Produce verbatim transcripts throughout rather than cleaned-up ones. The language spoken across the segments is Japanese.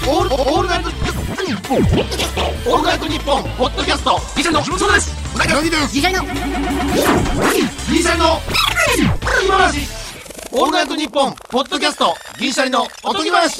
オールオールナイトニッポンオールナイトニッポンポッドキャストギシャリの木本壮ですうなぎですギシャリのギシャリの今話オールナイトニッポンポッドキャストギシャリのおとぎ話。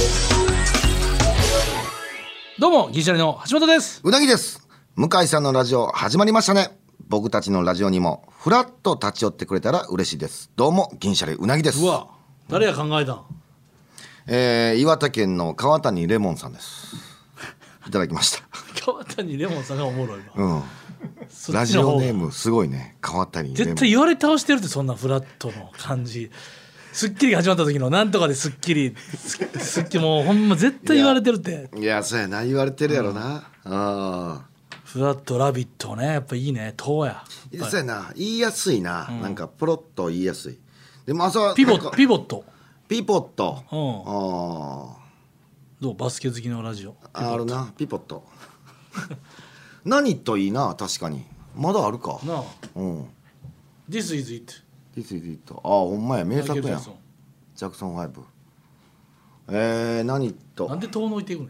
どうもギシャリの橋本です。 うなぎです。向井さんのラジオ始まりましたね。僕たちのラジオにもフラッと立ち寄ってくれたら嬉しいです。どうも銀シャリうなぎです。 うわ、誰が考えたん？ えー、岩手県の川谷レモンさんです。いただきました川谷レモンさんがおもろいわ、 うん、ラジオネームすごいね。川谷レモン絶対言われ倒してるって。そんなフラットの感じ、スッキリが始まった時のなんとかでスッキリスッキリもうほんま絶対言われてるって。 いやそうやな、言われてるやろな、うん、あフラットラビットね、やっぱいいね。とうやそうやな、言いやすいな、うん、なんかポロッと言いやすい。でも朝ピボピボットピポット、 うん、 あどうバスケ好きのラジオあるな、ピポット何といいな、確かにまだあるかなあ、 うん、 This is it This is it ああほんまや、名作やん。ジャクソンファイブ。えー、何となんで遠のいていくねん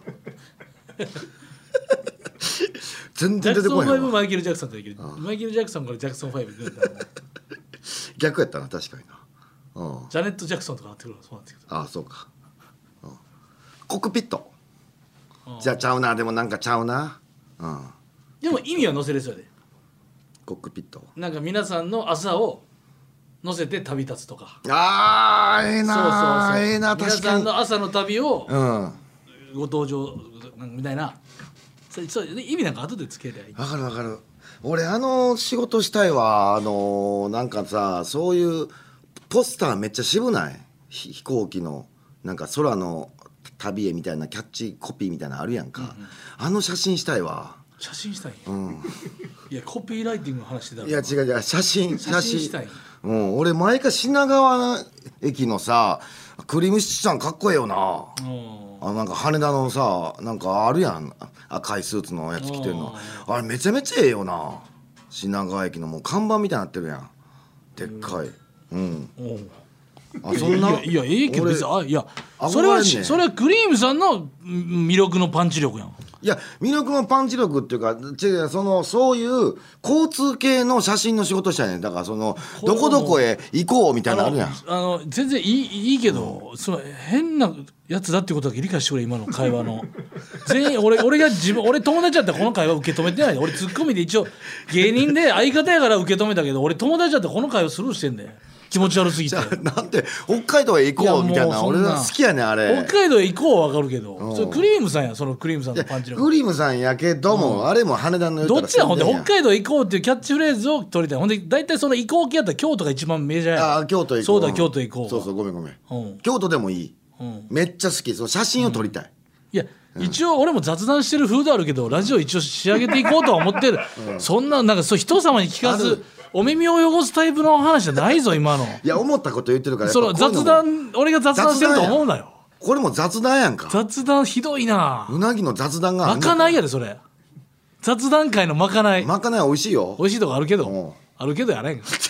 全然出てこないわ。 ジャクソンファイブマイケル・ジャクソンとできる。マイケル・ジャクソンからジャクソンファイブ行くんだったら逆やったな、確かにな。うん、 ジャネット・ジャクソンとかなってくる。そうなんですけど、 ああそうか、うん、コックピットじゃあちゃうな。でもなんかちゃうな、うん、 でも意味は載せれそうやで。 コックピットなんか皆さんの朝を乗せて旅立つとか。 あーええな、 そうそうそう、 ええな、確かに皆さんの朝の旅をうんご登場みたいな、それそう意味なんか後でつけりゃいい。 わかるわかる。俺あの仕事したいわ。あのなんかさ、そういうポスターめっちゃ渋ない？飛行機のなんか空の旅へみたいなキャッチコピーみたいなのあるやんか、うんうん、あの写真したいわ。 写真したい、 うん、 いやコピーライティングの話してたら。 いや違う違う、写真写真したい、 うん、俺毎回品川駅のさクリームシチューさんかっこええよな。あなんか羽田のさなんかあるやん、赤いスーツのやつ着てるの、あれめちゃめちゃええよな。品川駅のもう看板みたいになってるやん、でっかい。うん、あそんな。 いやいやええけど別に、あいやそれはそれはクリームさんの魅力のパンチ力やん。 いや魅力のパンチ力っていうか、違う、そのそういう交通系の写真の仕事したいねん。だからそのどこどこへ行こうみたいなのあるやん。 あのあの全然いいいいけど、うん、その変なやつだってことだけ理解してくれ。今の会話の全員俺俺が自分俺友達だったらこの会話受け止めてないで。俺ツッコミで一応芸人で相方やから受け止めたけど、俺友達だったらこの会話スルーしてんで。気持ち悪すぎて。 なんで北海道へ行こうみたいな、俺は好きやねんあれ。 北海道へ行こうは分かるけど、うん、それクリームさんや。そのクリームさんのパンチ力。 クリームさんやけども、うん、あれも羽田の言ったらどっちや。ほんで北海道へ行こうっていうキャッチフレーズを取りたい。ほんで大体その行こう系やったら京都が一番メジャーや。 あ京都行こう。 そうだ京都行こう。 そうそうごめんごめん、うん、京都でもいい、うん、めっちゃ好き。その写真を撮りたい、うん、 いや、うん、一応俺も雑談してる風であるけどラジオ一応仕上げていこうとは思ってる、うん、そんななんかそう人様に聞かずお耳を汚すタイプの話じゃないぞ今の。 いや思ったこと言ってるから。 その雑談、俺が雑談してると思うなよ。 これも雑談やんか。 雑談ひどいな。 うなぎの雑談があるのか。まかないやでそれ。雑談会のまかない。 まかない美味しいよ。 美味しいとこあるけどあるけどやれんじ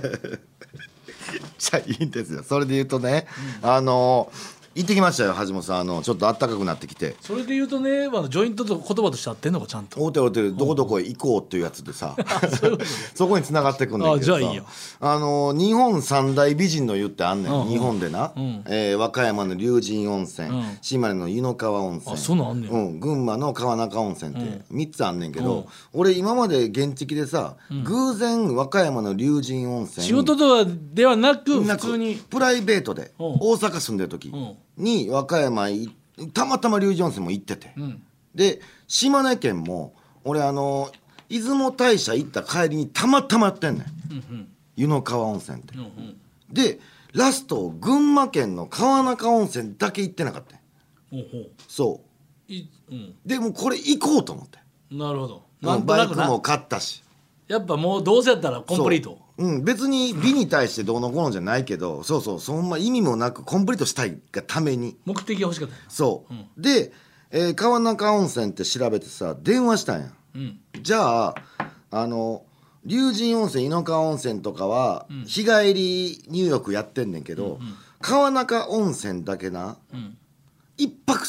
ゃあいいんですよ。それで言うとね、うん、あの行ってきましたよ橋本さん。あのちょっと暖かくなってきて。 それで言うとね、まあ、ジョイントと言葉として合ってんのかちゃんと。 おうておうてどこどこへ行こうっていうやつでさそこに繋がってくんだけどさ。あじゃあいいよ。 あの日本三大美人の湯ってあんねん、うんうん、日本でな、うんえー、和歌山の龍神温泉、うん、島根の湯の川温泉、 あそうなんあんねん、 うん、群馬の川中温泉ってみっつあんねんけど、うん、俺今まで現地でさ、うん、偶然和歌山の龍神温泉仕事とはではなく普通にプライベートで大阪住んでる時、うんに和歌山たまたま龍神温泉も行ってて、うん、で島根県も俺あの出雲大社行った帰りにたまたまやってんねん、うんうん、湯の川温泉って、うんうん、でラスト群馬県の川中温泉だけ行ってなかった。ほうほうそうい、うん、でもこれ行こうと思って。 なるほど。 なんとなくバイクも買ったしやっぱもうどうせやったらコンプリート。 うん、別に美に対してどうのこうのじゃないけどそうそうそんな意味もなくコンプリートしたいがために目的が欲しかった。 そう、うん、で、えー、川中温泉って調べてさ電話したんや、うん、じゃああの龍神温泉井の川温泉とかは、うん、日帰り入浴やってんねんけど、うんうん、川中温泉だけな、うん、一泊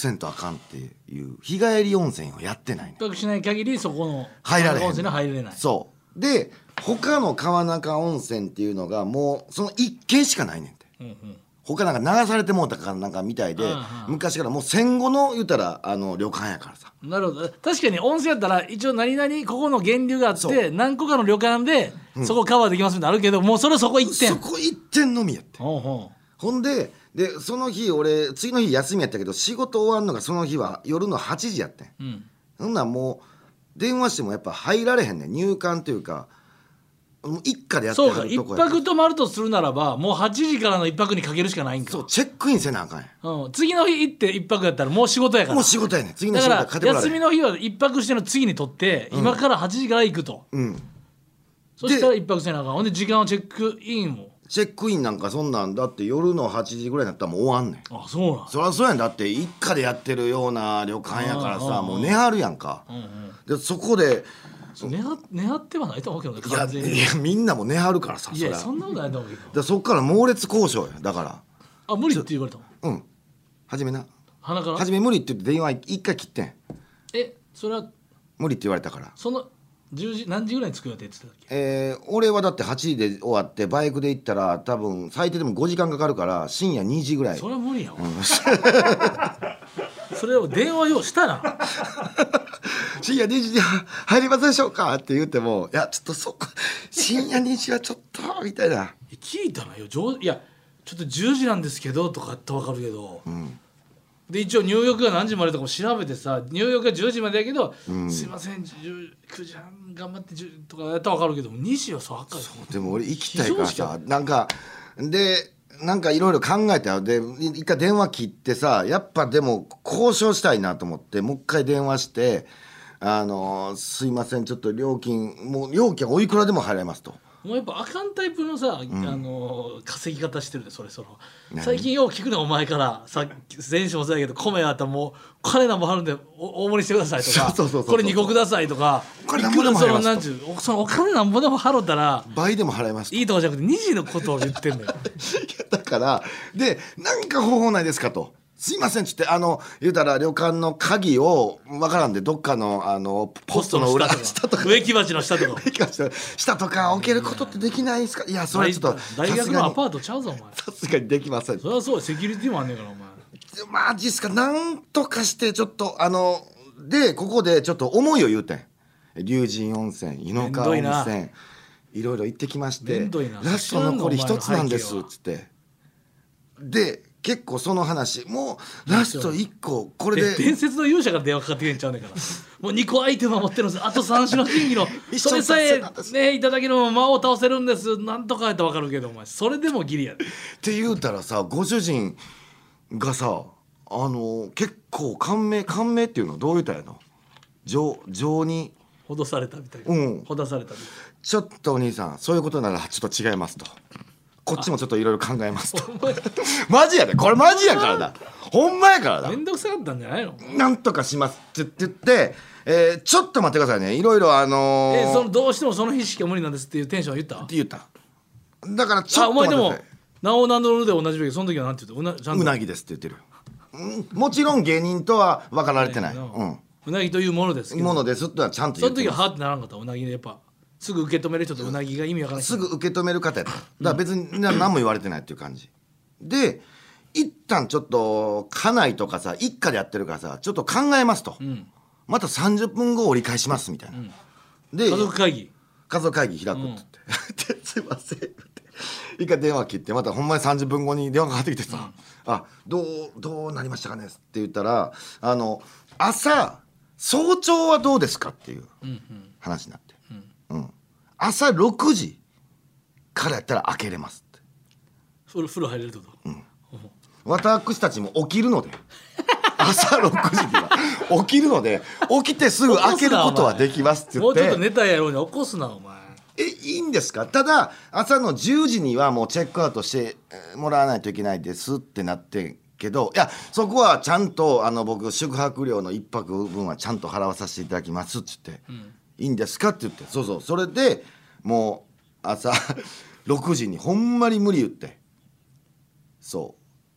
せんとあかんっていう日帰り温泉をやってないね。 一泊しない限りそこの入られへん。 温泉には入れない。 そうで他の川中温泉っていうのがもうその一軒しかないねんて、うんうん、他なんか流されてもうたかなんかみたいで、うんうん、昔からもう戦後の言うたらあの旅館やからさ。 なるほど。確かに温泉やったら一応何々ここの源流があって何個かの旅館でそこカバーできますみたいなのあるけど、うん、もうそれそこ一点そこ一点のみやって、ほうほう。ほんででその日俺次の日休みやったけど仕事終わるのがその日は夜のはちじやってん、うん、そんなんもう電話してもやっぱ入られへんねん。入館というか一家でやってはるとこや。 そうか、一泊泊まるとするならばもうはちじからの一泊にかけるしかないんか。 そうチェックインせなあかんや、 うん、次の日行って一泊やったらもう仕事やから。 もう仕事やねん。次の仕事だから休みの日は一泊しての次にとって、うん、今からはちじから行くと、うん、そしたら一泊せなあかん。ほんで時間をチェックインもチェックインなんかそんなんだって夜のはちじぐらいになったらもう終わんねん。 あ、そうなん。 そりゃそうやん。だって一家でやってるような旅館やからさ、もう寝はるやんか、うんうん、でそこで寝は寝はってはないと思うけどね。 完全にいやいやみんなも寝はるからさ。 いやそんなことないと思うけど。 でそっから猛烈交渉や。だからあ無理って言われたの。 うん初めな鼻から初め無理って言って電話一回切ってん。 えそれは無理って言われたから。 そのじゅうじ何時ぐらいに着く予定って言ってたっけ。 えー、俺はだってはちじで終わってバイクで行ったら多分最低でもごじかんかかるから深夜にじぐらい。 それは無理やわ、うん、それを電話用したな深夜にじで入りますでしょうかって言ってもいやちょっとそこ深夜にじはちょっとみたいな聞いたのよ。いやちょっとじゅうじなんですけどとかって分かるけど、うん、で一応入浴が何時までとかも調べてさ入浴がじゅうじまでやけど、うん、すいませんくじはん頑張ってじゅうとかやったら分かるけどにじはさ分かる。 でも俺行きたいからさなんかでなんかいろいろ考えたよ。で一回電話切ってさやっぱでも交渉したいなと思ってもう一回電話してあのすいませんちょっと料金もう料金おいくらでも払えますと。 もうやっぱあかんタイプのさ、うん、あの稼ぎ方してるでそれその最近よう聞くねお前からさ前週もそうやけど米あったらもう金なんぼ払うんで大盛りしてくださいとかそうそうそうそうこれにこくださいとかこれなんぼでも払いますとその, そのお金なんぼでも払ったら倍でも払いますといいとかじゃなくてにじのことを言ってんだよだからでなんか方法ないですかと。すいませんっつってあの言うたら旅館の鍵をわからんでどっかのあのポストの裏下とか植木鉢の下とか植木鉢の下とか置けることってできないですか。いやそれはちょっと大学のアパートちゃうぞお前。 さすがにできません。 それはそうセキュリティもあんねんからお前。 マジっすか。なんとかしてちょっとあのでここでちょっと思いを言うてん。龍神温泉井の川温泉いろいろ行ってきましてラスト残り一つなんですっつってで結構その話もうラストいっここれで伝説の勇者から電話かかってくるんちゃうねんからもうにこアイテムは持ってるんですあとさん種の神器のそれさえねいただけるの魔王倒せるんですなんとかやったら分かるけどお前それでもギリやでって言うたらさご主人がさあの結構感銘感銘っていうのどう言ったらやの情情にほされたみたいな、うん、ほだされたみたいなちょっとお兄さんそういうことならちょっと違いますとこっちもちょっといろいろ考えますとマジやでこれマジやからだほんまやからだめんどくさかったんじゃないのなんとかしますって言って、えー、ちょっと待ってくださいねいろいろあのー、 えー、そのどうしてもその日しか無理なんですっていうテンション言ったって言っただからちょっと待ってください。お前でも名を名乗るで同じべきその時は何て言ったうなちゃんとうなぎですって言ってる、うん、もちろん芸人とは分かられてない、うん、 うなぎというものですけどものですってはちゃんと言ってます。 その時ははってならんかったうなぎでやっぱすぐ受け止める人とうなぎが意味わからないすぐ受け止める方やっただから別に何も言われてないっていう感じで一旦ちょっと家内とかさ一家でやってるからさちょっと考えますと、うん、またさんじゅっぷんご折り返しますみたいな、うん、で家族会議家族会議開くって言って、うん、すいませんって一回電話切ってまたほんまにさんじゅっぷんごに電話かかってきてさ、うん、あどうどうなりましたかねって言ったらあの朝早朝はどうですかっていう話になって、うんうん、朝ろくじからやったら開けれますって風呂入れるってこと、うん、 私たちも起きるので朝ろくじには起きるので起きてすぐ開けることはできますって言ってもうちょっと寝たやろうに起こすなお前えいいんですか。ただ朝のじゅうじにはもうチェックアウトしてもらわないといけないですってなってけどいやそこはちゃんとあの僕宿泊料のいっぱく分はちゃんと払わさせていただきますって言って、うん、いいんですかって言ってそうそうそれでもう朝ろくじにほんまに無理言ってそ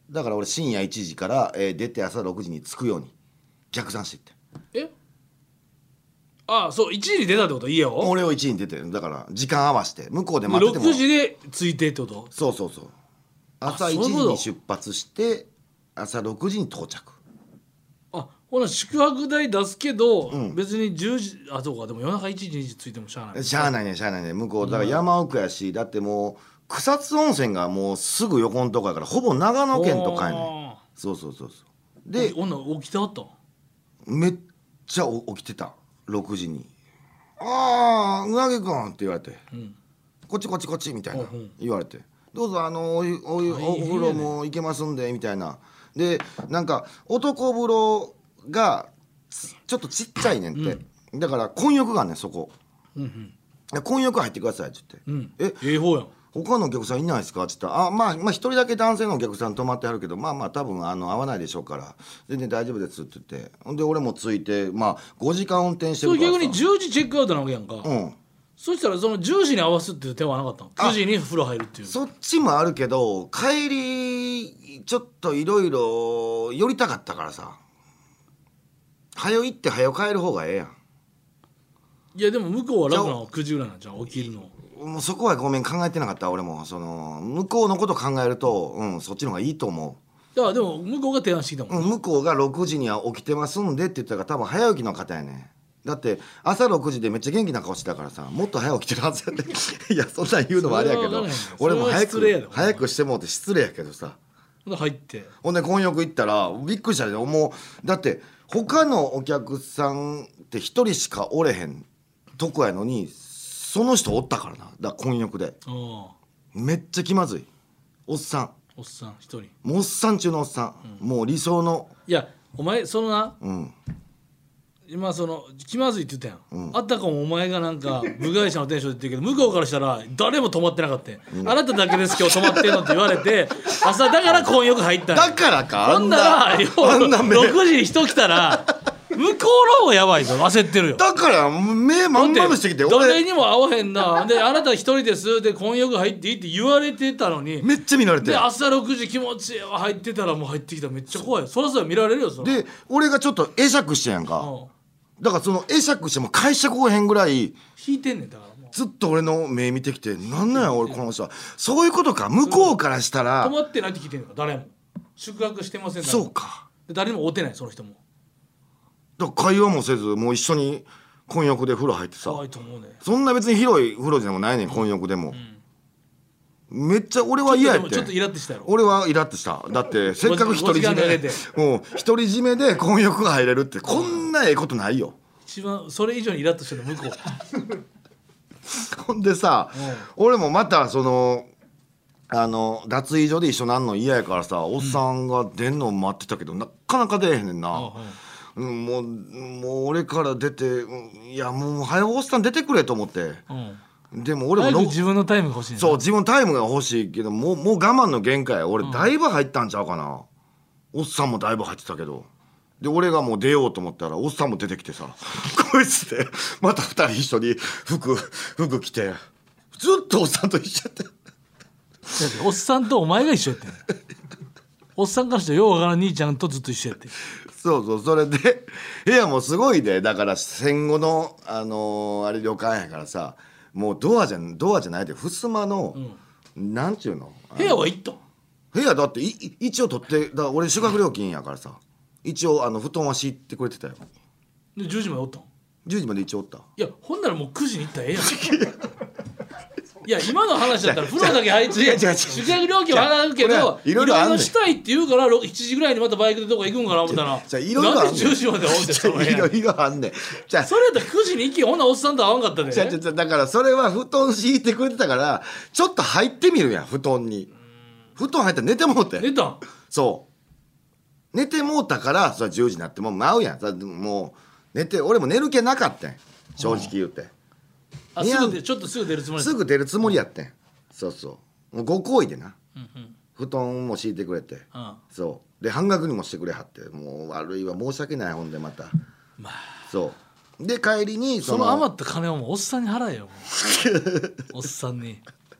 だから俺深夜いちじから、えー、出て朝ろくじに着くように逆算していってえああそういちじに出たってこと家を俺をいちじに出てだから時間合わせて向こうで待っててもろくじで着いてってこと。 そうそうそう朝いちじに出発して朝ろくじに到着。 あほな宿泊代出すけど、 うん別にじゅうじあそうかでも夜中いちじにじ着いてもしゃあないしゃあないねしゃあないね向こうだから山奥やし、だってもう草津温泉がもうすぐ横のとこやからほぼ長野県とかやねん。そうそうそうそうで女起きてはっためっちゃ起きてたろくじに「ああうなぎくん」って言われて、うん、こっちこっちこっちみたいな言われて、どうぞあのお湯お湯お風呂も行けますんでみたいな。でなんか男風呂がちょっとちっちゃいねんって、うん、だから混浴があんねんそこ、うんうん、混浴入ってくださいって言って、うん、えええ方やん他のお客さんいないですかって言ったら、あまあまあ一人だけ男性のお客さん泊まってはるけどまあまあ多分あの合わないでしょうから全然大丈夫ですって言って、ほんで俺も着いてまあごじかん運転してるからさ。 それ逆にじゅうじチェックアウトなわけやんか、うん、そしたらそのじゅうじに合わすっていう手はなかったの？くじに風呂入るっていう。 そっちもあるけど帰りちょっといろいろ寄りたかったからさ、早行って早帰る方がええやん。 いやでも向こうは楽なのくじぐらいなんじゃん起きるの。 もうそこはごめん考えてなかった。俺もその向こうのこと考えると、うん、そっちの方がいいと思う。いやでも向こうが提案してきたもん、 うん、向こうがろくじには起きてますんでって言ったから多分早起きの方やね。だって朝ろくじでめっちゃ元気な顔してたからさ、もっと早起きてるはずやでいやそんなん言うのもあれやけど俺も早く早くしてもうて失礼やけどさ。 入ってほんで混浴行ったらびっくりしたよ。もうだって他のお客さんって一人しかおれへんとこやのにその人おったからな。だから混浴でめっちゃ気まずい。おっさんおっさん一人もうおっさん中のおっさん、うん、もう理想の。 いやお前そのな、うん、今その気まずいって言ったやん、うん、あったかもお前がなんか部外者のテンションで言ってるけど向こうからしたら誰も泊まってなかった、うん、あなただけです今日泊まってんのって言われて朝だから混浴入ったんだからか。 ほんならろくじに人来たら向こうの方がやばいぞ。焦ってるよ。 だから目まん丸してきて誰にも会わへんなであなた一人ですで混浴入っていいって言われてたのにめっちゃ見られてで朝ろくじ気持ちいいわ入ってたらもう入ってきたらめっちゃ怖いよ。そろそろ見られるよそれで俺がちょっと会釈してやんか、うん、だからその会釈しても会釈こへんぐらい引いてんねん。だからもうずっと俺の目見てきてなんなんや俺この人は。そういうことか。向こうからしたら泊まってないって聞いてんのか誰も宿泊してません。 そうか。 で誰にも会うてないその人も。 だから会話もせずもう一緒に混浴で風呂入ってさ、 怖いと思うね。 そんな別に広い風呂でもないねん混浴でも、うん、めっちゃ俺は嫌やって。 ちょっとイラッとしたやろ。 俺はイラッとした。だってせっかく独り占めもう独り占めで混浴が入れるってこんなええことないよ。 一番それ以上にイラッとしてるの向こうほんでさ、うん、俺もまたそのあの脱衣所で一緒なんの嫌やからさ、おっさんが出んの待ってたけど、うん、なかなか出えへんねんな、うんうん、もうもう俺から出て、うん、いやもう早うおっさん出てくれと思って、うん、でも俺も自分のタイムが欲しい。 そう自分のタイムが欲しいけどもう、もう我慢の限界。俺だいぶ入ったんちゃうかな、うん、おっさんもだいぶ入ってたけど。で俺がもう出ようと思ったらおっさんも出てきてさこいつでまたふたり一緒に服服着てずっとおっさんと一緒やっておっさんとお前が一緒やってんおっさんからしてようわからん兄ちゃんとずっと一緒やって。 そうそう。それで部屋もすごいで、だから戦後のあのー、あれ旅館やからさ、もうドアじゃドアじゃないで襖の、うん、なんちゅうの部屋は行った。 部屋だってい一応取ってだから俺宿泊料金やからさ一応あの布団は敷いてくれてたよ。 でじゅうじまでおったん。 じゅうじまで一応おった。 いやほんならもうくじに行ったらええやんいや今の話だったら風呂だけ入って宿泊料金は払うけどいろいろしたいって言うからしちじぐらいにまたバイクでどこ行くんかな思ったらなんでじゅうじまでおんでその部屋いろいろあんねん。じゃそれやったらくじに行けほんならおっさんと会わんかったで。 じゃじゃだからそれは布団敷いてくれてたからちょっと入ってみるやん布団に。布団入ったら寝てもうて。 寝たん。 そう寝てもうたからそれじゅうじになってもう舞うやん。もう寝て俺も寝る気なかったん正直言うて。 あすぐでちょっとすぐ出るつもりすぐ出るつもりやってん。そうそうもうご好意でな、うんうん、布団も敷いてくれて、うん、そうで半額にもしてくれはってもう悪いわ申し訳ないほんでまた、まあ、そうで帰りにその、その余った金をもうおっさんに払えよもうおっさんに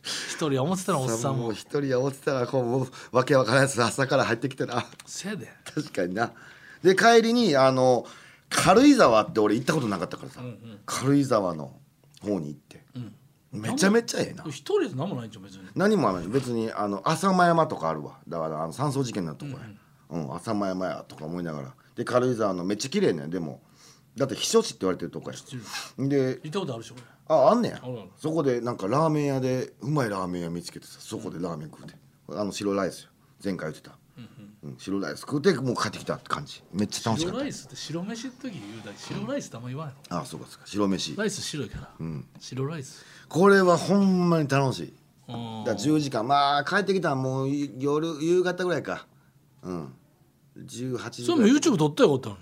一人思ってたらおっさんももう一人思ってたらこうもうわけわからんやつ朝から入ってきてなせやで確かにな。で帰りにあの軽井沢って俺行ったことなかったからさ、うんうん、軽井沢の方に行って、うん、めちゃめちゃええな。 一人で何もないんじゃん別に。 何もない別にあの浅間山とかあるわ。だからあの山荘事件のとこや、うん、うん、浅間山やとか思いながらで軽井沢のめっちゃ綺麗ね。でもだって避暑地って言われてるとこや。で行ったことあるし俺。 ああんねや。そこでなんかラーメン屋でうまいラーメン屋見つけてさそこでラーメン食うて、あの白ライスよ前回言ってた、うんうんうん、白ライス食うてもう帰ってきたって感じ。めっちゃ楽しかった。 白ライスって白飯って時言うだけ白ライスってあんま言わないの。 ああそうかそうか白飯ライス白いから、うん、白ライスこれはほんまに楽しい。だからじゅうじかんまあ帰ってきたらもう夜夕方ぐらいかうんじゅうはちじぐらい。 それも YouTube 撮ったよかったのに。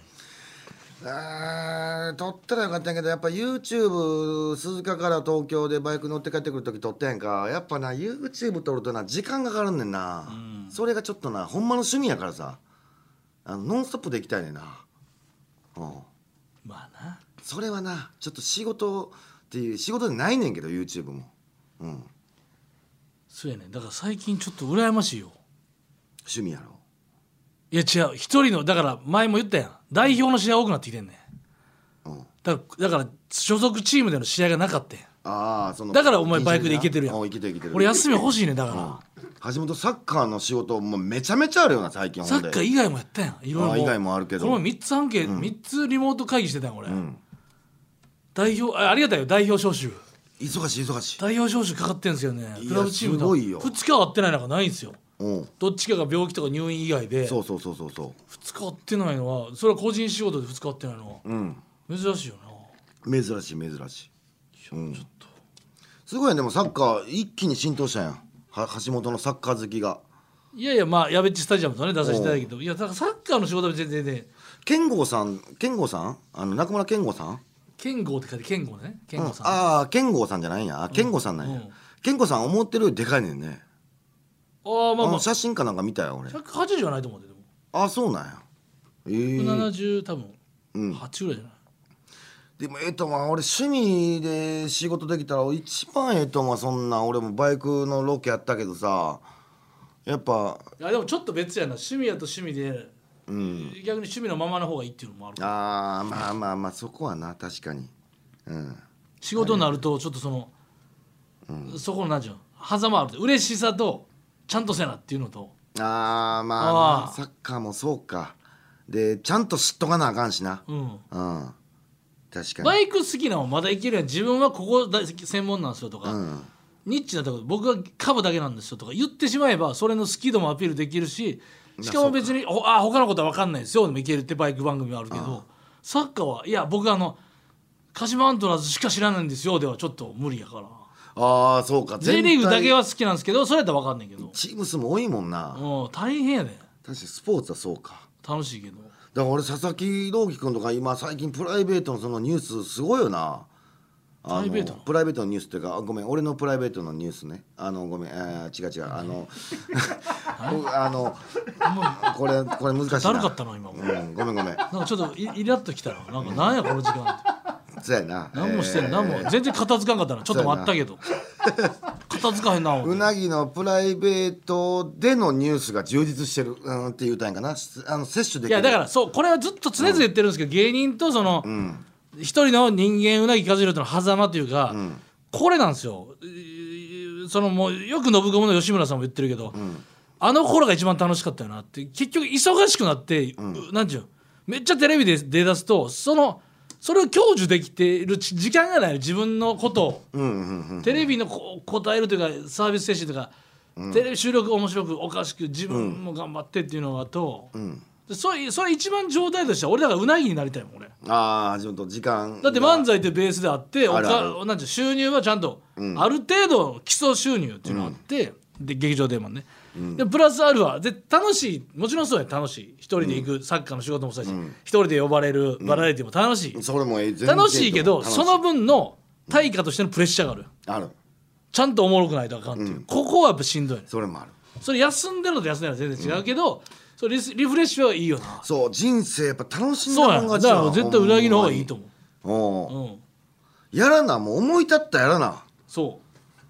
あー撮ったらよかったんやけどやっぱ YouTube 鈴鹿から東京でバイク乗って帰ってくる時撮ったやんか。やっぱな YouTube 撮るとな時間がかかるんねんな、うん、それがちょっとなほんまの趣味やからさあのノンストップで行きたいねんな、うん、 まあなそれはなちょっと仕事っていう仕事でないねんけど YouTube もうんそうやねんだから最近ちょっと羨ましいよ。 趣味やろ。 いや違う一人のだから前も言ったやん代表の試合多くなってきてんねん、うん、だからだから所属チームでの試合がなかったやん。 ああそのだからお前バイクで行けてるやん。 行けてる行けてる。 俺休み欲しいねんだから、 うん、橋本サッカーの仕事もめちゃめちゃあるよな最近。 サッカー以外もやったやんいろいろ。 あ以外もあるけどこのみっつ案件、うん、みっつリモート会議してたやん俺、うん、代表 あ, ありがたいよ代表招集忙しい忙しい代表招集かかってんすよね。クラブチームすごいよふつか会ってないなんかないんすよ。どっちかが病気とか入院以外でそうそうそうそうそうふつか会ってないのはそれは個人仕事でふつか会ってないのは、うん、珍しいよな。珍しい珍しい、うん、ちょっとすごいね。でもサッカー一気に浸透したやんは橋本のサッカー好きが。 いやいやまあやべっちスタジアムとね出させていただいたけどいやだからサッカーの仕事は全然ね。 健吾さん健吾さんあの中村健吾さん健吾って書いて健吾ね健吾さん、 うん、ああ健吾さんじゃないんや健吾さんなんや、うん、健吾さん思ってるよりでかいねんね。ああまあまあ写真かなんか見たよ俺。 ひゃくはちじゅうはないと思うででも。 ああそうなんや。ええー、 ひゃくななじゅう多分はちぐらいじゃない、 うん、でもええとまあ俺趣味で仕事できたら一番ええとまあそんな俺もバイクのロケやったけどさやっぱいやでもちょっと別やな趣味やと趣味で、うん、逆に趣味のままの方がいいっていうのもある。 ああまあまあまあそこはな確かに、うん、 仕事になるとちょっとその、うん、そこの何ていうの狭間ある嬉しさとちゃんとせなっていうのとあーまあ、まあ、サッカーもそうかでちゃんと知っとかなあかんしなうん、うん、確かにバイク好きなのまだいけるやん。自分はここ専門なんですよとか、うん、ニッチなとこ僕は株だけなんですよとか言ってしまえばそれの好き度もアピールできるししかも別にあ他のことは分かんないですよでもいけるってバイク番組はあるけどサッカーはいや僕あの鹿島アントラーズしか知らないんですよではちょっと無理やから。 ああそうか J リーグだけは好きなんですけどそれやったら分かんないけどチーム数も多いもんな。 うん大変やで。 確かにスポーツはそうか楽しいけどだから俺佐々木朗希君とか今最近プライベートのそのニュースすごいよな。プライベートのプライベートのニュースっていうかごめん俺のプライベートのニュースねあのごめん、えー、違う違うあのあのこれこれ難しいな。 だるかったな今も、 うん、ごめんごめんなんかちょっとイラッときたらなんかなんやこの時間ってそうやな何もしてん、えー、何も全然片付かんかったなちょっと待ったけど片付かへんなうなぎのプライベートでのニュースが充実してる、うん、って言うたんやかなあの摂取できる。 いやだからそうこれはずっと常々言ってるんですけど、うん、芸人とその、うん一人の人間うなぎ和弘との狭間というか、うん、これなんですよ。そのもうよく信子の吉村さんも言ってるけど、うん、あの頃が一番楽しかったよなって結局忙しくなって、うん、なんていうのめっちゃテレビで出だすとそのそれを享受できている時間がない自分のことを、うんうんうん、テレビのこ答えるというかサービス精神というか、うん、テレビ収録面白くおかしく自分も頑張ってっていうのと、うんそれ, それ一番状態としては俺だからうなぎになりたいもん俺。 ああちょっと時間だって漫才ってベースであっておかなんて収入はちゃんと、うん、ある程度基礎収入っていうのがあって、うん、で劇場でもね、うん、でプラスアルファで楽しいもちろんそうや楽しい一人で行く、うん、サッカーの仕事もそうだし、うん、一人で呼ばれるバラエティも楽しい、 うん、それも全然楽しいけどその分の対価としてのプレッシャーがある、 うん、あるちゃんとおもろくないとあかんっていう、うん、ここはやっぱしんどい。 それもある。 それ休んでるのと休んでるのは全然違うけど、うんそう リ, リフレッシュはいいよな。 そう人生やっぱ楽しんだもんが違う。そうやだから絶対うなぎの方がいいと思う。 お、うん、やらなもう思い立ったやらな。 そ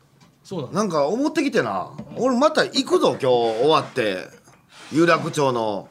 そうだ、 なんか思ってきてな、俺また行くぞ今日終わって有楽町の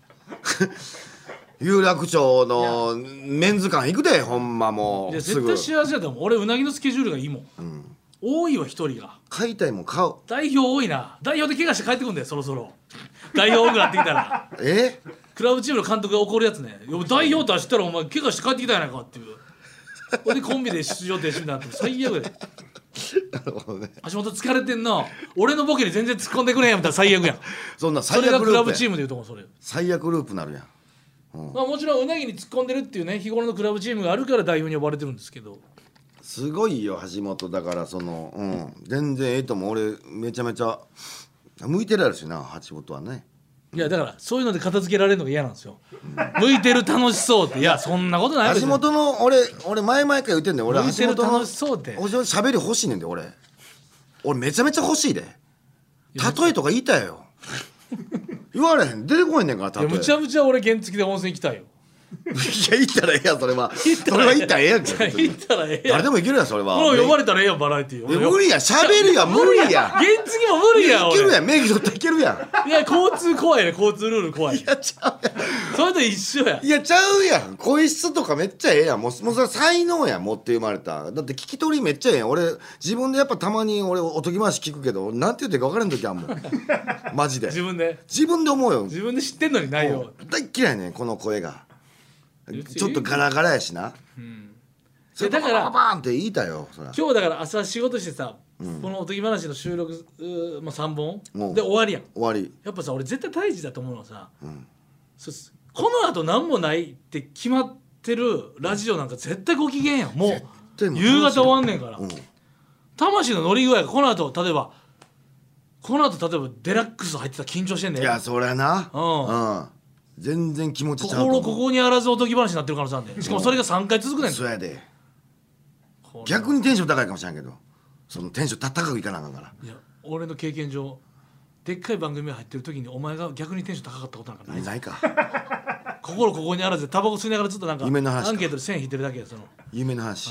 有楽町のメンズ館行くで、ほんまもいうやすぐ絶対幸せだと思う。俺うなぎのスケジュールがいいもん、多いわ一人が。 買いたいもん買う。 代表多いな。代表で怪我して帰ってくんだよそろそろ。代表多くなってきたらえクラブチームの監督が怒るやつね。いや代表出したらお前怪我して帰ってきたやないかっていう。ほんでコンビで出場停止になって最悪で。 なるほどね。 橋本疲れてんな、俺のボケに全然突っ込んでくれんやんみたいな最悪やん。 そんなそれが最悪ループクラブチームでいうとこそれ。 最悪ループなるやん。 まあもちろんうなぎに突っ込んでるっていうね日頃のクラブチームがあるから代表に呼ばれてるんですけど。 すごいよ橋本だからその、うん、全然ええと思う。俺めちゃめちゃ向いてるやるしな橋本はね。 いやだからそういうので片付けられるのが嫌なんですよ、うん、向いてる楽しそうって。いやそんなことない。 橋本の俺俺前々から言ってんねん。俺向いてる橋本の楽しそうってしゃべり欲しいねんで。俺俺めちゃめちゃ欲しいで。例えとか言いたいよ言われへん、出てこへんねんから。例えいやむちゃむちゃ俺原付で温泉行きたいよ。 いや行ったらええやんそれは。それは行ったらええやんけ。 行ったらええやん。 誰でも行けるやんそれは。 もう呼ばれたらええやんバラエティー。 いや無理や、しゃべるやん無理や。 原付も無理やん。 いけるやん、免許取っていけるやん。 いや交通怖いね、交通ルール怖い。 いやちゃうやん。 それと一緒や。 いやちゃうやん。声質とかめっちゃええやん。もうもうそれ才能やん、持って生まれた。だって聞き取りめっちゃええやん。俺自分でやっぱたまに俺おとぎ話聞くけどなんて言ってるか分からん時あんもんマジで自分で自分で思うよ。 自分で知ってんのにないよ。 大っ嫌いねんこの声が。ちょっとガラガラやしな、うん、それだからバーンバーンって言いたよそら。 今日だから朝仕事してさ、うん、このおとぎ話の収録、まあ、さんぼんで終わりやん。終わり。 やっぱさ俺絶対大事だと思うのはさ、うん、そこの後何もないって決まってるラジオなんか絶対ご機嫌やん。もう夕方終わんねんから、うん、魂の乗り具合がこの後例えばこの後例えばデラックス入ってたら緊張してんねん。 いやそりゃな、うん、うん全然気持ちちゃうと思う。 心ここにあらずおとぎ話になってる可能性あるんで。しかもそれがさんかい続くねん。 そうやで。逆にテンション高いかもしれんけどそのテンション高くいかなあかんから。 いや俺の経験上でっかい番組入ってる時にお前が逆にテンション高かったことなんかない。 ないか心ここにあらずでタバコ吸いながらずっとなんかアン夢の話ケートで線引いてるだけでその夢の話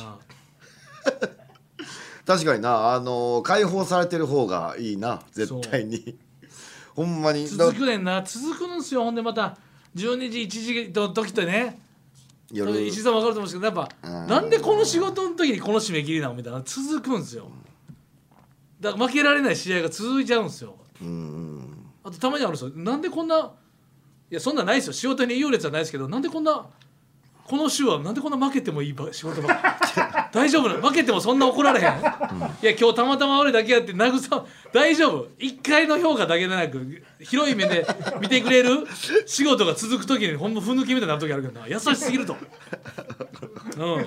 確かにな、あのー、解放されてる方がいいな絶対にほんまに続くねんな。続くんですよ。ほんでまたじゅうにじいちじの時ってね夜石井さん分かると思うんですけどやっぱなんでこの仕事の時にこの締め切りなのみたいな続くんですよ。だから負けられない試合が続いちゃうんですよ。うんあとたまにあるんですよ。なんでこんないやそんなんないですよ。仕事に優劣はないですけどなんでこんなこの週はなんでこんな負けてもいい仕事ばっか大丈夫な負けてもそんな怒られへん、うん、いや今日たまたま俺だけやって慰大丈夫いっかいの評価だけでなく広い目で見てくれる仕事が続く時にほんまふぬきみたいになる時あるけどな優しすぎるとうんうん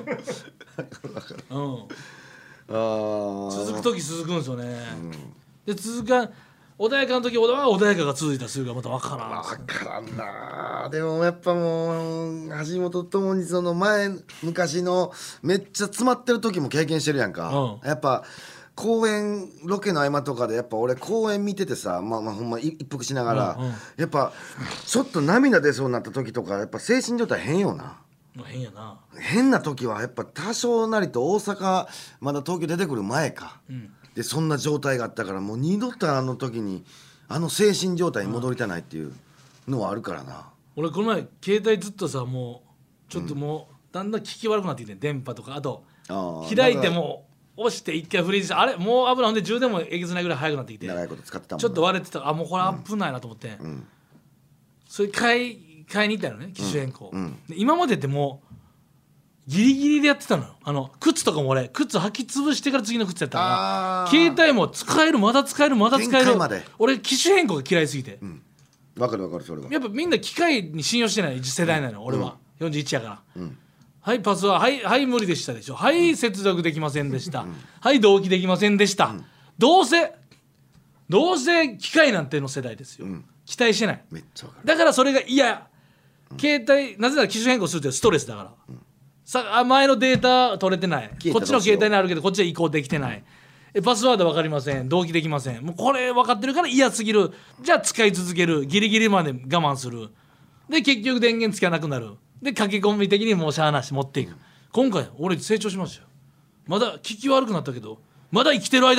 あ続く時続くんですよね、うん、で続か穏やかな時は穏やかが続いたりするからまた分からん分からんな。でもやっぱもう橋本ともにその前昔のめっちゃ詰まってる時も経験してるやんか、うん、やっぱ公演ロケの合間とかでやっぱ俺公演見ててさ、まあ、まあほんま一服しながら、うんうん、やっぱちょっと涙出そうになった時とかやっぱ精神状態変よな。 変やな。 変な時はやっぱ多少なりと大阪まだ東京出てくる前か、うんでそんな状態があったからもう二度とあの時にあの精神状態に戻りたないっていうのはあるからな。 俺この前携帯ずっとさもうちょっともうだんだん聞き悪くなってきて電波とかあと開いても押して一回フリーズしてあれもう危ないほんで充電もえげつないぐらい速くなってきて長いこと使ってたもんちょっと割れてたあもうこれ危ないなと思って、うんうん、それ買い買いに行ったのね機種変更、うんうん、で今までってもうギリギリでやってたのよ。あの靴とかも俺靴履き潰してから次の靴やったから携帯も使えるまだ使えるまだ使える俺機種変更が嫌いすぎて、うん、 分かる分かるそれはやっぱみんな機械に信用してない世代なの、うん、俺は、うん、よんじゅういちやから、うん、はいパスははいはい無理でしたでしょはい、うん、接続できませんでした、うん、はい同期できませんでした、うん、どうせどうせ機械なんての世代ですよ、うん、期待してないめっちゃ分かるだからそれが嫌、うん、携帯なぜなら機種変更するってストレスだから、うんさ前のデータ取れてないこっちの携帯にあるけどこっちは移行できてないえパスワード分かりません同期できませんもうこれ分かってるから嫌すぎるじゃあ使い続けるギリギリまで我慢するで結局電源つかなくなるで駆け込み的にもうしゃあなし持っていく今回俺成長しましたよまだ聞き悪くなったけどまだ生きてる間に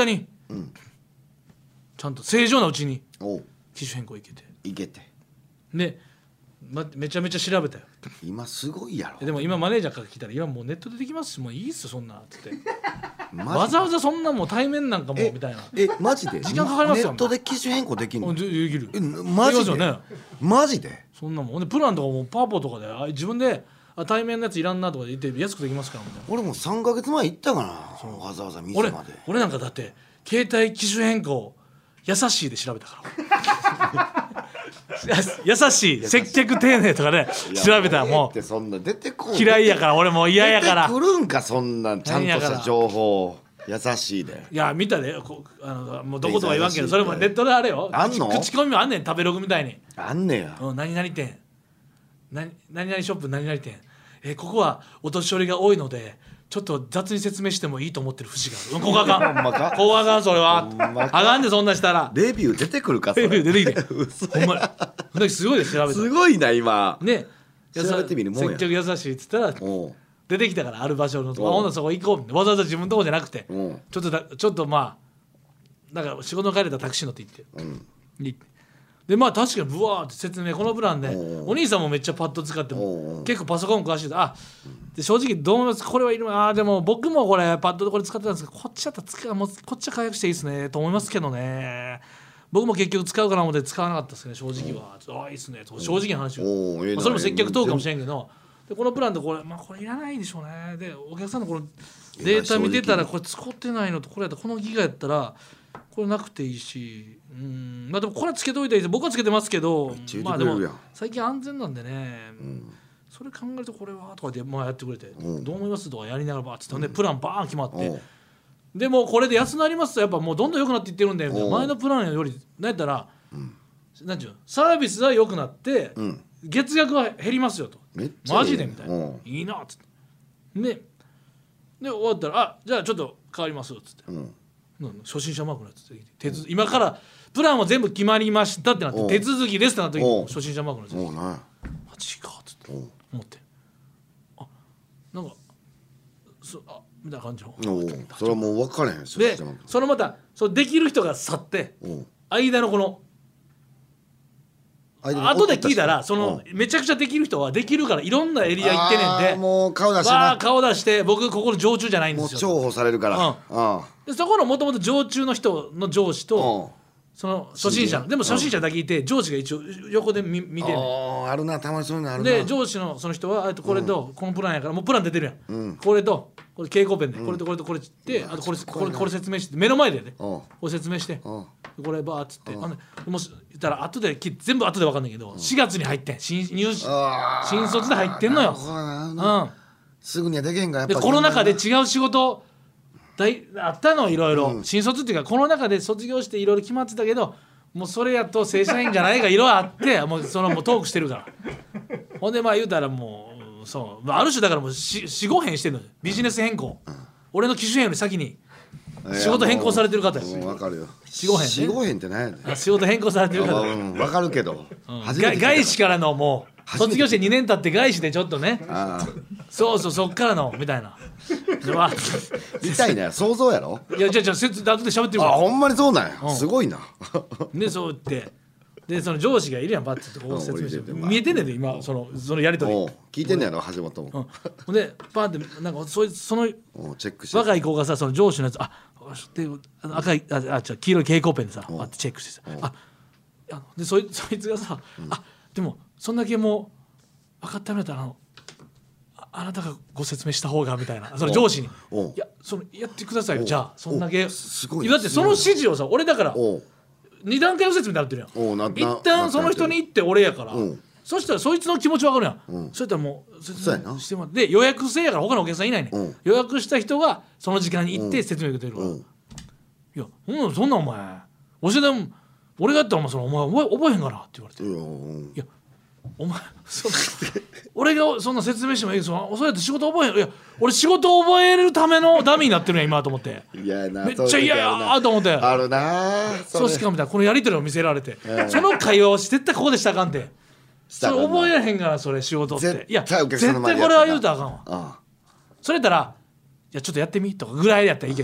うんちゃんと正常なうちにおう機種変更いけていけてで、ま、めちゃめちゃ調べたよ。 今すごいやろ。 でも今マネージャーから聞いたら今もうネットでできますしもういいっすそんなっつってマジわざわざそんなもう対面なんかもえみたいなえマジで時間かかりますよネットで機種変更できんの？ でできるえマジで、 できますよねマジでそんなもんほんでプランとかもパワポとかであ自分であ対面のやついらんなとか言って安くできますからみたいな。 俺もさんかげつまえ行ったかなわざわざ店俺まで。 俺なんかだって携帯機種変更優しいで調べたからや優しい接客丁寧とかで調べたらもってそんな出てこう嫌いやから俺もう嫌やから出てくるんかそんなんちゃんとした情報優しいで。 いや見たでこあのもうどことは言わんけどそれもネットであれよあんの口コミもあんねん食べログみたいにあんねや。 うん何々店何何々ショップ何々店えーここはお年寄りが多いのでちょっと雑に説明してもいいと思ってる節がある。うんここあかんほんまかここあかんそれはほんまかあかんでそんなしたらレビュー出てくるかそれレビュー出てきて嘘ほんまにほんですごいで調べたすごいな今ね調べてみるもんや接客優しいっつったらおう出てきたからある場所のとおうかほんならそこ行こうってわざわざ自分のとこじゃなくておうちょっとだちょっとまあなんか仕事帰れたらタクシー乗って行ってうん行ってでまあ確かにブワーって説明このプランでおうお兄さんもめっちゃパッド使っておうおもう結構パソコン詳しいであで正直どう思いますこれはいるあーでも僕もこれパッドでこれ使ってたんですけどこっちだったら使うもうこっちは解約していいですねと思いますけどね僕も結局使うかな思って使わなかったですね正直はああいいっすねと正直な話をおうええなまあそれも接客トークかもしれんけどでこのプランでこれまあこれいらないでしょうねでお客さんのこのデータ見てたらこれ使ってないのとこれやったらこのギガやったらこれなくていいしうんまあでもこれはつけといたらいいです僕はつけてますけどちゃ言まあでうてくれるやんも最近安全なんでね、 んそれ考えるとこれはとかでまあやってくれて、 うんどう思いますとかやりながらバーッつって、でプランバーン決まって、 おうでもうこれで安なりますとやっぱもうどんどん良くなっていってるんでみたいなおう前のプランよりなんやったら、なんていうのサービスは良くなって、 ん月額は減りますよとめっちゃいいマジでみたいな、 おういいなっつってでで終わったらあじゃあちょっと変わりますっつって、 うんうん初心者マークのやつ手続今からプランは全部決まりましたってなっておう手続きですってなった時おう初心者マークのやつもうなマジかっつっておう思ってあなんかそあみたいな感じのおうそれはもう分かれへんしでそのまたそうできる人が去っておう間のこの後で聞いたらそのめちゃくちゃできる人はできるからいろんなエリア行ってねんあでーもう顔出してわなあ顔出して僕ここの常駐じゃないんですよもう重宝されるからうんあでそこのもともと常駐の人の上司あとその初心者うんでも初心者だけいて上司が一応横で見見てんねんああるなたまにそういうのあるなで上司のその人はあとこれとこのプランやからもうプラン出てるやん、これとこれ蛍光ペンでこれとこれとこれってあとこれこれこれ説明して目の前でねおうこれ説明しておうこれバーっつってあのもし言ったら後でき全部後で分かんないけどしがつに入ってん新入試あー新卒で入ってんのよそうだうなんすぐにはできへんからやっぱでコロナ禍で違う仕事だいあったのいろいろ新卒っていうかコロナ禍で卒業していろいろ決まってたけどもうそれやと正社員じゃないがいろいろあってもうそのもうトークしてるからほんでまあ言うたらもうそうまあある種だからもうよんご変してるのよビジネス変更、俺の機種変より先に仕事変更されてる方やもう分かるよよんご変ねよんご変って何やねんあ仕事変更されてる方うん分かるけど初めがて聞いたから外資からのもう初めて卒業してにねん経って外資でちょっとねあそうそうそっからのみたいなでわあみたいな想像やろいやじゃあじゃあ説後で喋ってるかあほんまにそうなんやんすごいならでそうってでその上司がいるやんバッてこう説明してうん俺見えてんねんで今そのそのやり取りおう聞いてんねやろ橋本もうんほんでパーってなんかそいつそのおうチェックして若い子がさその上司のやつあであの赤いああ違う黄色い蛍光ペンでさパッてチェックしてさああのでそいそいつがさ、あでもそんだけもう分かったんだったらあのああなたがご説明した方がみたいなその上司におういやそのやってくださいよじゃあそんだけおすごいいやだってその指示をさ俺だからおう二段階の説明になってるやんおうなな一旦その人に言って俺やからうんそしたらそいつの気持ち分かるやん、 うんそしたらもう説そうやな明してもらってで予約制やから他のお客さんいないね、 うん予約した人がその時間に行って説明受けてるから、 うんいやうんそんなんお前教えても俺がやったらお前そのお前覚え覚えへんかなって言われて、いうんやお前そ俺がそんな説明してもいいけどそそうやって仕事覚えへんいや俺仕事覚えるためのダミーになってるやん今と思って嫌やなめっちゃ嫌やーと思ってあるなそうしかもみたいなこのやり取りを見せられて、その会話を絶対ここでしたらあかんてそれ覚えられへんからそれ仕事って絶対いやお客さんの絶対前でやったらこれは言うたらあかんわあそれやったらいやちょっとやってみとかぐらいやったらいいけど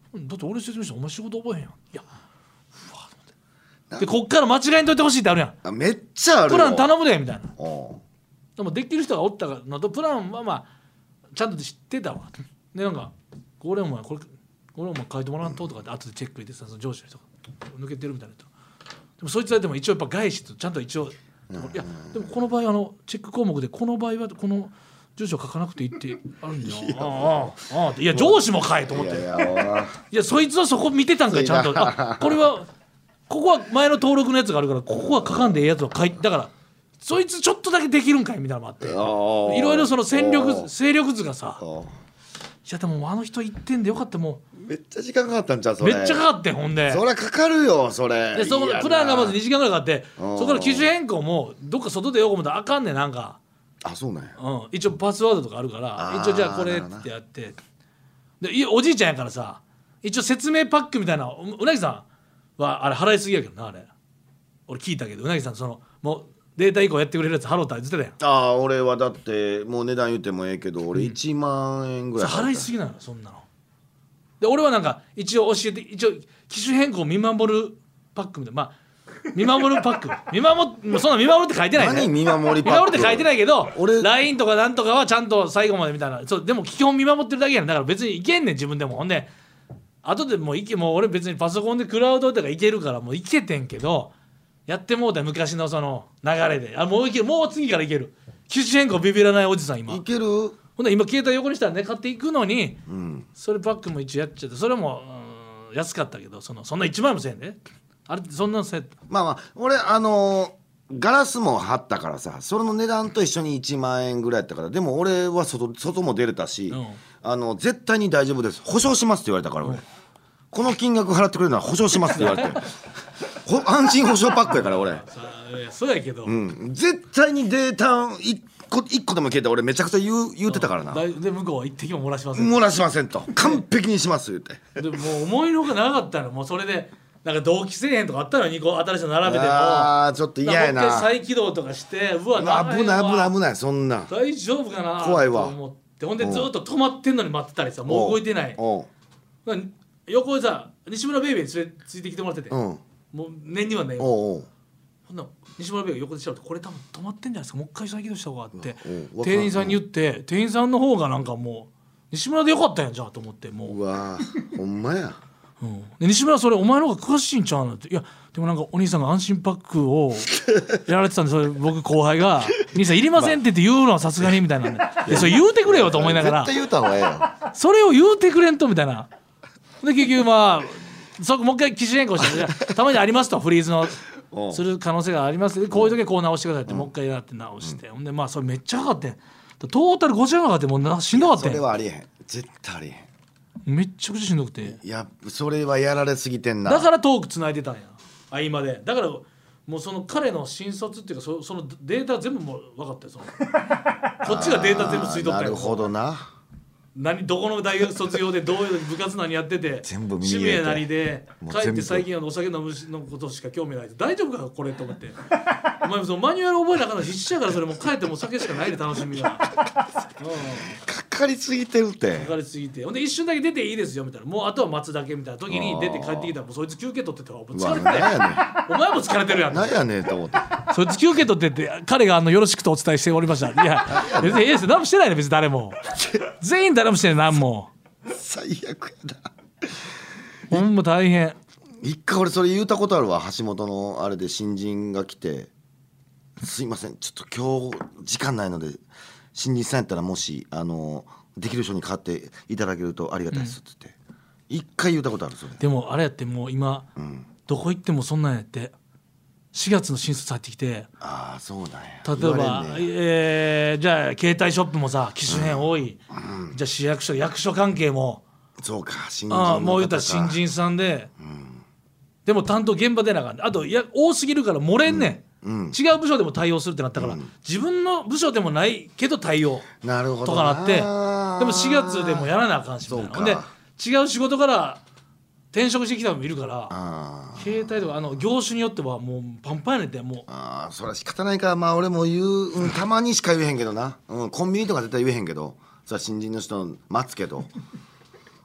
だって俺説明したらお前仕事覚えへんやん。いやうわと思ってでこっから間違いんといてほしいってあるやん。 あめっちゃあるよ。 プラン頼むでみたいな。 おでもできる人がおったのとプランはまあちゃんと知ってたわ。でなんかこれお前これ俺お前書いてもらわんととかって後でチェック入れてさその上司の人が抜けてるみたいな。でもそいつはでも一応やっぱ外資とちゃんと一応、うん、いやでもこの場合あのチェック項目でこの場合はこの住所書かなくていいってあるんだよ。ああああいや上司も書いと思っていやい や, いやそいつはそこ見てたんかいちゃんと。あこれはここは前の登録のやつがあるからここは書かんでええやつは書いてだからそいつちょっとだけできるんかいみたいなのもあっていろいろその戦力勢力図がさいやでもあの人言ってんでよかったもうめっちゃ時間かかったんちゃうそれ。 めっちゃかかってんほんでそれかかるよそれ。 でそのプランがまずにじかんぐらいかかってそこから機種変更もどっか外でよく思ったらあかんねんなんか。 あそうなんや、 うん、一応パスワードとかあるから一応じゃあこれってやってでいおじいちゃんやからさ一応説明パックみたいなううなぎさんはあれ払いすぎやけどなあれ俺聞いたけどうなぎさんそのもうデータ以降やってくれるやつ払うた言ってたやん。 ああ俺はだってもう値段言ってもええけど俺いちまんえんぐらい、 うん、払いすぎなのそんなので俺はなんか一応教えて一応機種変更見守るパックみたいなまあ見守るパック見守るそんな見守るって書いてないね。 何見守りパック見守るって書いてないけど俺ライン とかなんとかはちゃんと最後までみたいなそうでも基本見守ってるだけやんだから別にいけんねん自分でもほんで後でもういけもう俺別にパソコンでクラウドとかいけるからもういけてんけどやってもうた昔のその流れであもういけるもう次からいける機種変更ビビらないおじさん今いけるほんで今携帯横にしたらね買っていくのに、 うん、 それパックも一応やっちゃってそれも、うん、安かったけどそのそんないちまんえんもせんで、ね、あれそんなのせまあまあ俺あのー、ガラスも貼ったからさそれの値段と一緒にいちまんえんぐらいやったからでも俺は 外, 外も出れたし、うん、あの絶対に大丈夫です保証しますって言われたから俺、うん、この金額払ってくれるのは保証しますって言われて安心保証パックやから俺そうやけど、 うん、絶対にデータいっこ, いっこでも消えたら俺めちゃくちゃ言 う, 言うてたからな、 うん、で向こうは一滴も漏らしません漏らしませんと完璧にします言ってでももう思いのほかなかったのもうそれでなんか同期せえへんとかあったのにこう新しいの並べてもああちょっと嫌やな再起動とかしてうわ危ない危ない危ないそんな大丈夫かな怖いわと思ってほんでずっと止まってんのに待ってたりさもう動いてない横でさ西村ベイベーについてきてもらってて、うん、もう念にはねほんな西村ベイが横で調べてこれ多分止まってんじゃないですかもう一回再起動した方があって店員さんに言って店員さんの方がなんかもう西村でよかったんやじゃあと思ってもううわほんまやうん、で西村それお前の方が詳しいんちゃうのっていやでもなんかお兄さんが安心パックをやられてたんでそれ僕後輩が「兄さんいりません」って言って言うのはさすがにみたいなんででそれ言うてくれよと思いながら絶対言うた方がええよそれを言うてくれんとみたいなで結局まあそこもう一回機種変更してたまにありますとフリーズのする可能性がありますこういう時はこう直してくださいってもう一回やって直して、うん、ほんでまあそれめっちゃかかってんトータルごじゅうまんかかってもうなしんどかったんそれはありえへん絶対ありえへんめっちゃくちゃしんどくていやそれはやられすぎてんなだからトークつないでたんや合間でだからもうその彼の新卒っていうか そ, そのデータ全部もう分かったよそのこっちがデータ全部吸い取ったんやなるほどな何どこの大学卒業でどういう部活何やってて全部見趣味や何で帰って最近はお酒飲むのことしか興味ない大丈夫かこれと思ってお前そのマニュアル覚えなかったら必死やからそれもう帰ってもう酒しかないで楽しみが、うん、 かかりすぎてるってかかりすぎてほんで一瞬だけ出ていいですよみたいなもうあとは待つだけみたいな時に出て帰ってきたらもうそいつ休憩取ってたら疲れてたやんお前も疲れてるやんなんやねんと思ってそいつ休憩取ってって彼があのよろしくとお伝えしておりましたいや別にええです何もしてないね別に誰も全員誰もしてない何も最悪やなほんま大変一回俺それ言うたことあるわ橋本のあれで新人が来てすいませんちょっと今日時間ないので新人さんやったらもしあのできる人に代わっていただけるとありがたいですって言って、うん、一回言うたことあるそれでもあれやってもう今、うん、どこ行ってもそんなんやってしがつの新卒入ってきてああそうなんや例えば、ねえー、じゃあ携帯ショップもさ機種変多い、うんうん、じゃあ市役所役所関係もそうか新人の方かあもう言ったら新人さんで、うん、でも担当現場出なあかんあといや多すぎるから漏れんねん、うんうん、違う部署でも対応するってなったから、うん、自分の部署でもないけど対応なるほどとかなってでもしがつでもやらなあかんしみたいなで違う仕事から転職してきたのもいるから携帯とかあの業種によってはもうパンパンやねんてもうああそれは仕方ないからまあ俺も言う、うん、たまにしか言えへんけどな、うん、コンビニとか絶対言えへんけどそれは新人の人待つけど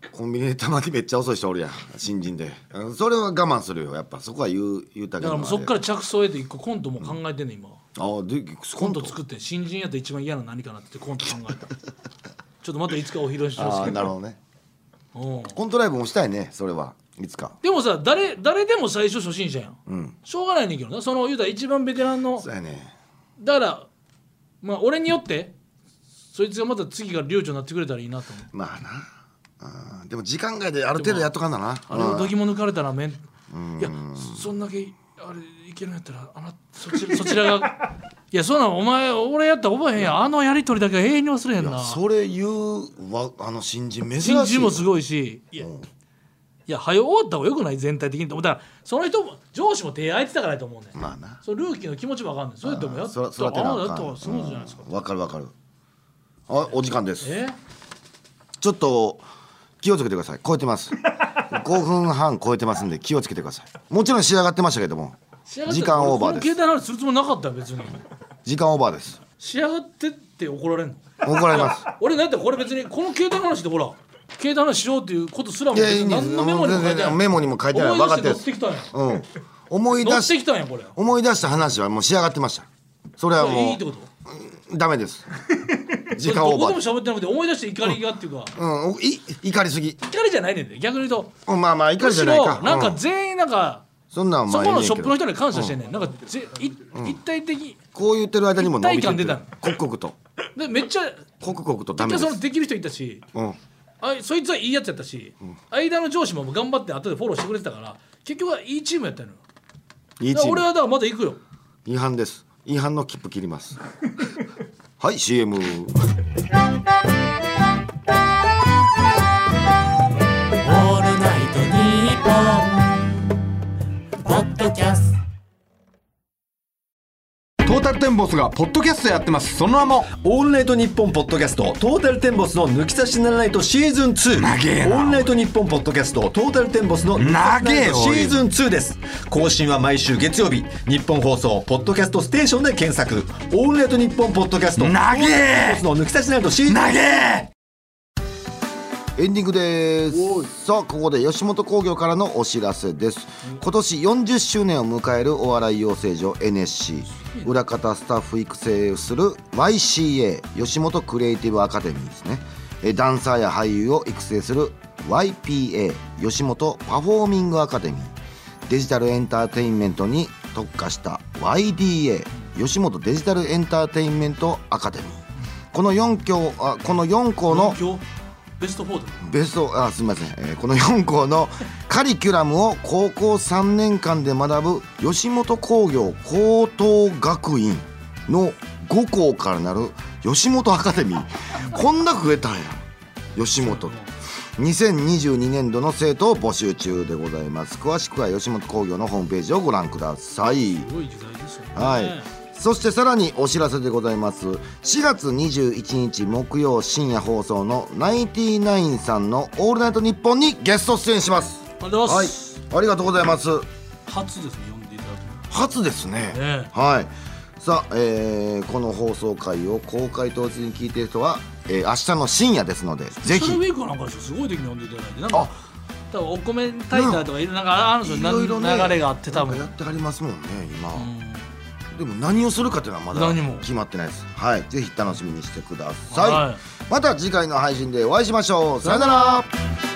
コンビニでたまにめっちゃ遅い人おるやん新人で、うん、それは我慢するよやっぱそこは言う言うたけど、 だからもうそっから着想を得て一個コントも考えてんねん今、 あでコント作って新人やったら一番嫌な何かなってコント考えたちょっとまたいつかお披露しますけど。 あなるほどね、 うん、 コントライブもしたいねそれはいつか。 でもさ 誰, 誰でも最初初心者やん、 うん、 しょうがないねんけどな、その言うたら一番ベテランのそうやね。 だからまあ俺によってそいつがまた次が寮長になってくれたらいいなと思う。 まあなあでも時間外である程度やっとかんだな。 あれをどぎも抜かれたらめん、いやそんだけあれいけるんやったらあなそちらそちらがいやそんなんお前俺やったら覚えへんやん、あのやり取りだけは永遠に忘れへんな。 それ言うわあの新人珍しい。 新人もすごいし、いや、うん、いや早終わった方がよくない全体的にと思ったらその人も上司も手空いてたからやと思うねん。 まあな。 そのルーキーの気持ちわかんない。それってもやったらああやった方がスムーズじゃないですか。 わかるわかる。あお時間です。 えちょっと気をつけてください。超えてますごふんはん超えてますんで気をつけてください。もちろん仕上がってましたけども時間オーバーです。 携帯の話するつもりなかったよ別に。 時間オーバーです。 仕上がってって怒られんの？ 怒られます俺だってこれ別にこの携帯の話でほら携帯の話しようっていうことすらも別に何のメモにも書いてない。 メモにも書いてない。分かってる。うん思い出し乗ってきたんやこれ。 思い出した話はもう仕上がってました。それはもういいってこと？ ダメです時間オーバー。 どこでも喋ってなくて思い出して怒りがっていうか、 うん、うん、い怒りすぎ。 怒りじゃないねんで逆に言うと、 まあまあ怒りじゃないか。 なんか全員なんか、うん、 そんなんそこのショップの人に感謝してんねん、うん、なんかぜい、うん、一体的こう言ってる間にも伸びてる。一体感出た刻々とでめっちゃ刻々とダメです。 そのできる人いたし、うん、あそいつはいいやつやったし、うん、間の上司も頑張って後でフォローしてくれてたから結局はいいチームやったのよ。いいチーム。俺はだからまだ行くよ。 違反です。違反の切符切りますはい シーエム オールナイトニッポンポッドキャスト。トータルテンボスがポッドキャストやってます。その名もオールナイトニッポンポッドキャストトータルテンボスの抜き差しならないとシーズンツー。 長えな。 オールナイトニッポンポッドキャストトータルテンボスの抜き差しならないとシーズンツーです。更新は毎週月曜日日本放送ポッドキャストステーションで検索。オールナイトニッポンポッドキャスト長えの抜き差しならないとシーズン長え。 エンディングです。さあここで吉本興業からのお知らせです。今年よんじゅっしゅうねんを迎えるお笑い養成所 エヌエスシー 裏方スタッフ育成する ワイシーエー 吉本クリエイティブアカデミーですね。ダンサーや俳優を育成する ワイピーエー 吉本パフォーミングアカデミー、デジタルエンターテインメントに特化した ワイディーエー 吉本デジタルエンターテインメントアカデミー。このよん校あこのよん校のベストフォーでベストあすみません、えー、このよん校のカリキュラムを高校さんねんかんで学ぶ吉本興業高等学院のご校からなる吉本アカデミーこんな増えたんや吉本にせんにじゅうにねんどの生徒を募集中でございます。詳しくは吉本興業のホームページをご覧ください。 すごい時代ですよね。 はい、そしてさらにお知らせでございます。しがつにじゅういちにち木曜深夜放送のナインティナインさんのオールナイトニッポンにゲスト出演します。 ありがとうございます、 はい、ありがとうございます。 初ですね、呼んでいただく初ですね、ね、はい。さあ、えー、この放送回を公開当日に聞いている人は、えー、明日の深夜ですのでぜひ。 スペシャルウィークなんかすごい時に呼んでいただいて、なんか多分おコメンタイターとかいろいろなんかあるんですよ、いろいろね、流れがあって多分やってはりますもんね今、うん、でも何をするかっていうのはまだ決まってないです。はい、ぜひ楽しみにしてください、はい、また次回の配信でお会いしましょう。さよなら。